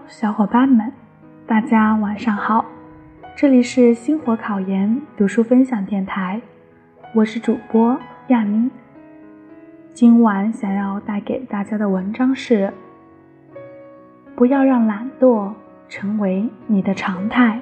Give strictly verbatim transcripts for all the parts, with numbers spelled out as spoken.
小伙伴们，大家晚上好，这里是星火考研读书分享电台，我是主播亚妮。今晚想要带给大家的文章是：不要让懒惰成为你的常态。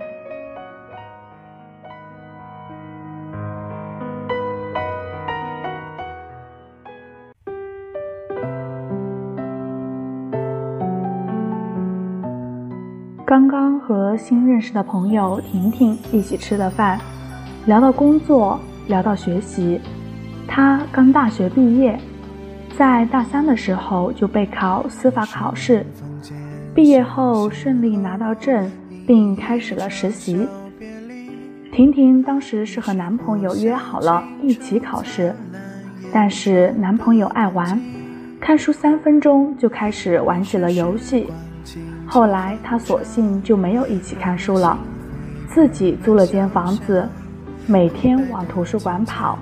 刚刚和新认识的朋友婷婷一起吃了饭，聊到工作，聊到学习。她刚大学毕业，在大三的时候就备考司法考试，毕业后顺利拿到证，并开始了实习。婷婷当时是和男朋友约好了一起考试，但是男朋友爱玩，看书三分钟就开始玩起了游戏。后来他索性就没有一起看书了，自己租了间房子，每天往图书馆跑。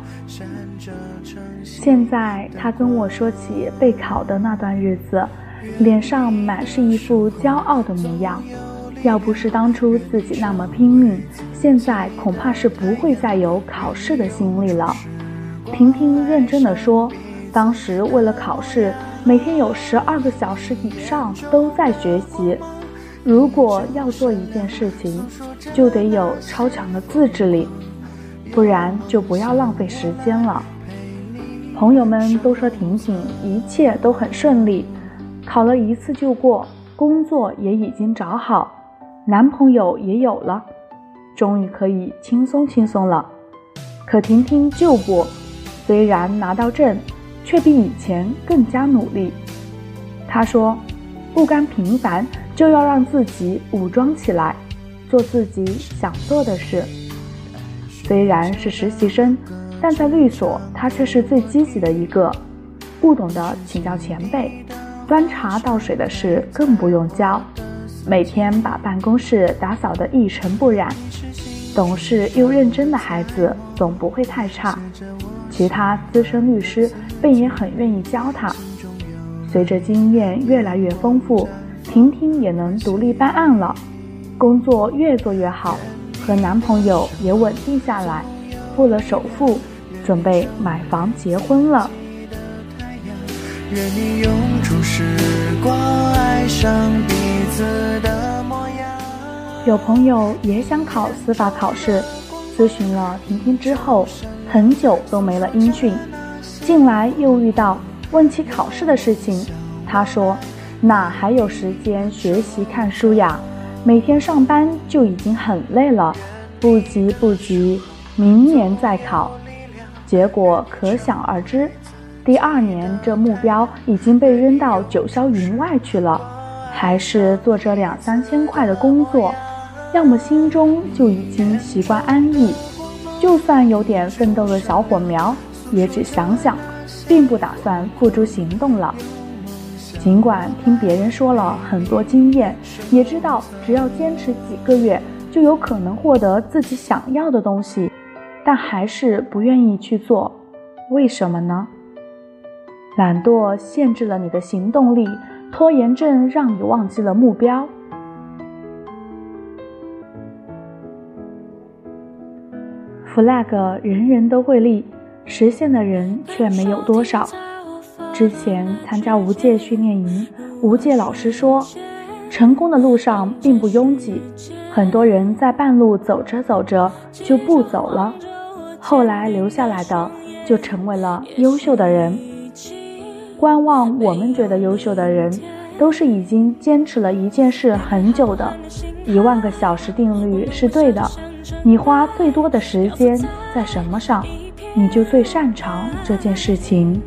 现在他跟我说起备考的那段日子，脸上满是一副骄傲的模样。要不是当初自己那么拼命，现在恐怕是不会再有考试的心力了。婷婷认真地说，当时为了考试，每天有十二个小时以上都在学习。如果要做一件事情，就得有超强的自制力，不然就不要浪费时间了。朋友们都说婷婷一切都很顺利，考了一次就过，工作也已经找好，男朋友也有了，终于可以轻松轻松了。可婷婷就不，虽然拿到证，却比以前更加努力。她说，不甘平凡，就要让自己武装起来，做自己想做的事。虽然是实习生，但在律所她却是最积极的一个，不懂得请教前辈，端茶倒水的事更不用教，每天把办公室打扫得一尘不染。懂事又认真的孩子总不会太差，其他资深律师便也很愿意教他。随着经验越来越丰富，婷婷也能独立办案了，工作越做越好，和男朋友也稳定下来，付了首付，准备买房结婚了。 愿你用注时光爱上彼此的模样。 有朋友也想考司法考试，咨询了婷婷之后，很久都没了音讯。近来又遇到问起考试的事情，他说哪还有时间学习看书呀，每天上班就已经很累了，不急不急，明年再考。结果可想而知，第二年这目标已经被扔到九霄云外去了，还是做着两三千块的工作，要么心中就已经习惯安逸，就算有点奋斗的小火苗，也只想想，并不打算付诸行动了。尽管听别人说了很多经验，也知道只要坚持几个月就有可能获得自己想要的东西，但还是不愿意去做。为什么呢？懒惰限制了你的行动力，拖延症让你忘记了目标。flag 人人都会立，实现的人却没有多少。之前参加无界训练营，无界老师说，成功的路上并不拥挤，很多人在半路走着走着就不走了，后来留下来的就成为了优秀的人。观望我们觉得优秀的人，都是已经坚持了一件事很久的。一万个小时定律是对的，你花最多的时间在什么上，你就最擅长这件事情。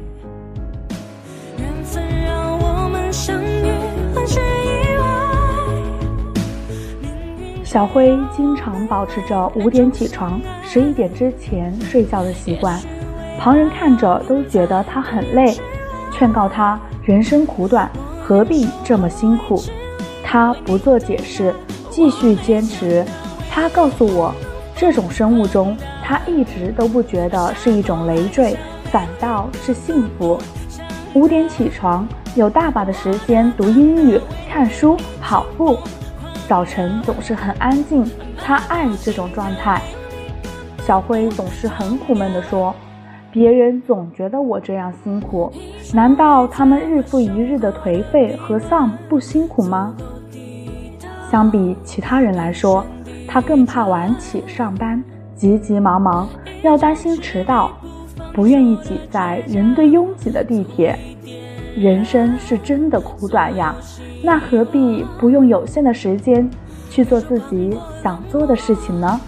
小辉经常保持着五点起床，十一点之前睡觉的习惯，旁人看着都觉得他很累，劝告他人生苦短，何必这么辛苦。他不做解释，继续坚持。他告诉我，这种生物钟他一直都不觉得是一种累赘，反倒是幸福。五点起床， 有大把的时间读英语、看书、跑步。早晨总是很安静，他爱这种状态。小辉总是很苦闷地说，别人总觉得我这样辛苦，难道他们日复一日的颓废和丧不辛苦吗？相比其他人来说，他更怕晚起上班，急急忙忙，要担心迟到，不愿意挤在人堆拥挤的地铁。人生是真的苦短呀，那何必不用有限的时间去做自己想做的事情呢？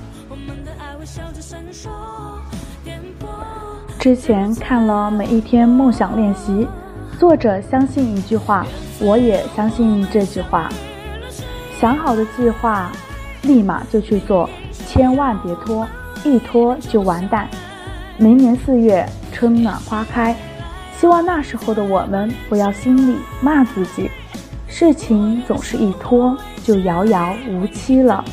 之前看了每一天梦想练习，作者相信一句话，我也相信这句话，想好的计划立马就去做，千万别拖，一拖就完蛋。明年四月春暖花开，希望那时候的我们不要心里骂自己，事情总是一拖就遥遥无期了。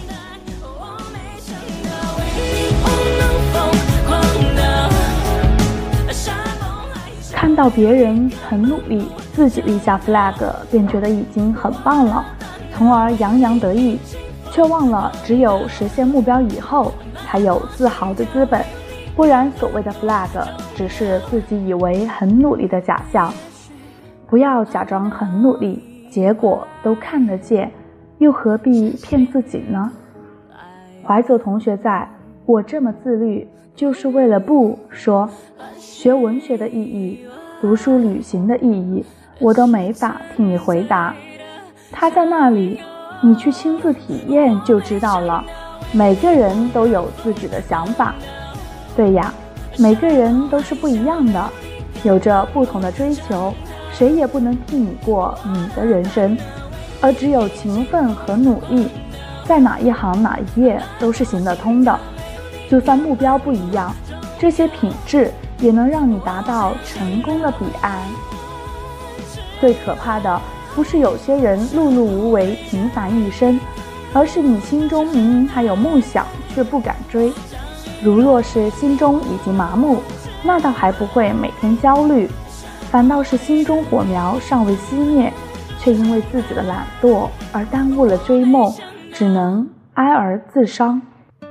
看到别人很努力，自己立下 flag 便觉得已经很棒了，从而洋洋得意，却忘了只有实现目标以后才有自豪的资本，不然所谓的 flag 只是自己以为很努力的假象。不要假装很努力，结果都看得见，又何必骗自己呢？怀泽同学在我这么自律就是为了不说学文学的意义，读书旅行的意义，我都没法替你回答。他在那里，你去亲自体验就知道了。每个人都有自己的想法，对呀，每个人都是不一样的，有着不同的追求，谁也不能替你过你的人生，而只有勤奋和努力，在哪一行哪一页都是行得通的。就算目标不一样，这些品质也能让你达到成功的彼岸。最可怕的不是有些人碌碌无为平凡一生，而是你心中明明还有梦想却不敢追。如若是心中已经麻木，那倒还不会每天焦虑，反倒是心中火苗尚未熄灭，却因为自己的懒惰而耽误了追梦，只能哀而自伤。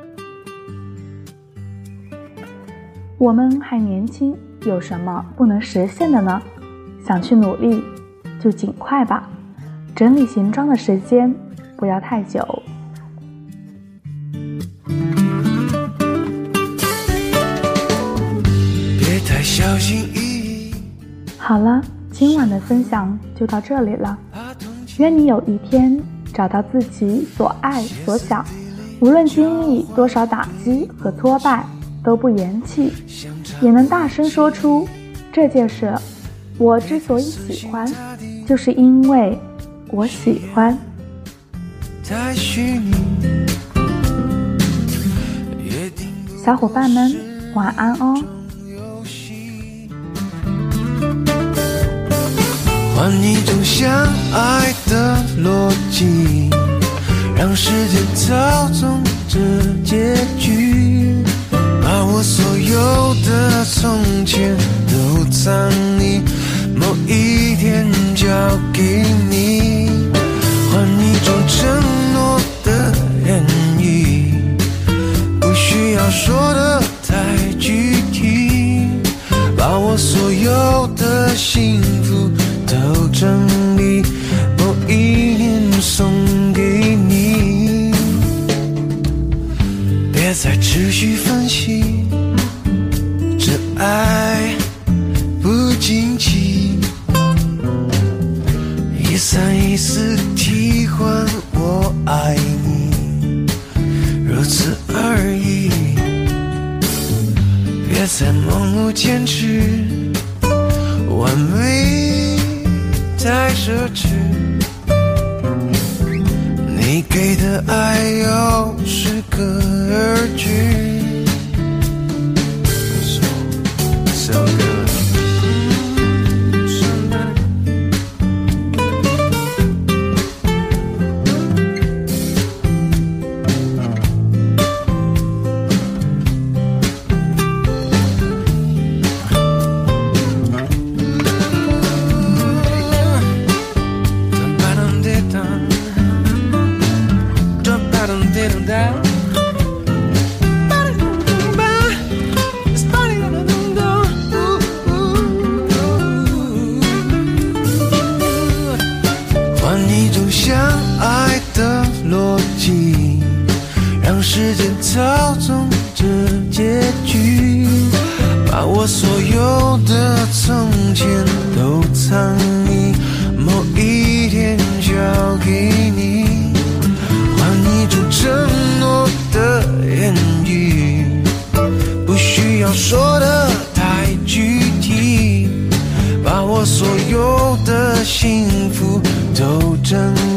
我们还年轻，有什么不能实现的呢？想去努力，就尽快吧。整理行装的时间不要太久。 别太小心翼翼。 好了，今晚的分享就到这里了。愿你有一天找到自己所爱所想，无论经历多少打击和挫败，都不言弃，也能大声说出这件事，我之所以喜欢，就是因为我喜欢。小伙伴们，晚安哦。 换一种相爱的逻辑，让时间操纵这结局，把我所有的从前都藏匿，某一天交给你。换一种承诺的言语，不需要说的太具体，把我所有的幸福都整理，某一年送给你。别再持续分析，这爱不经奇，一三一四替换我爱你，如此而已。别再盲目坚持，完美太奢侈，你给的爱又是个而句。So, so good. 《 我所有的从前都藏匿，某一天交给你，还你出承诺的言语，不需要说的太具体，把我所有的幸福都珍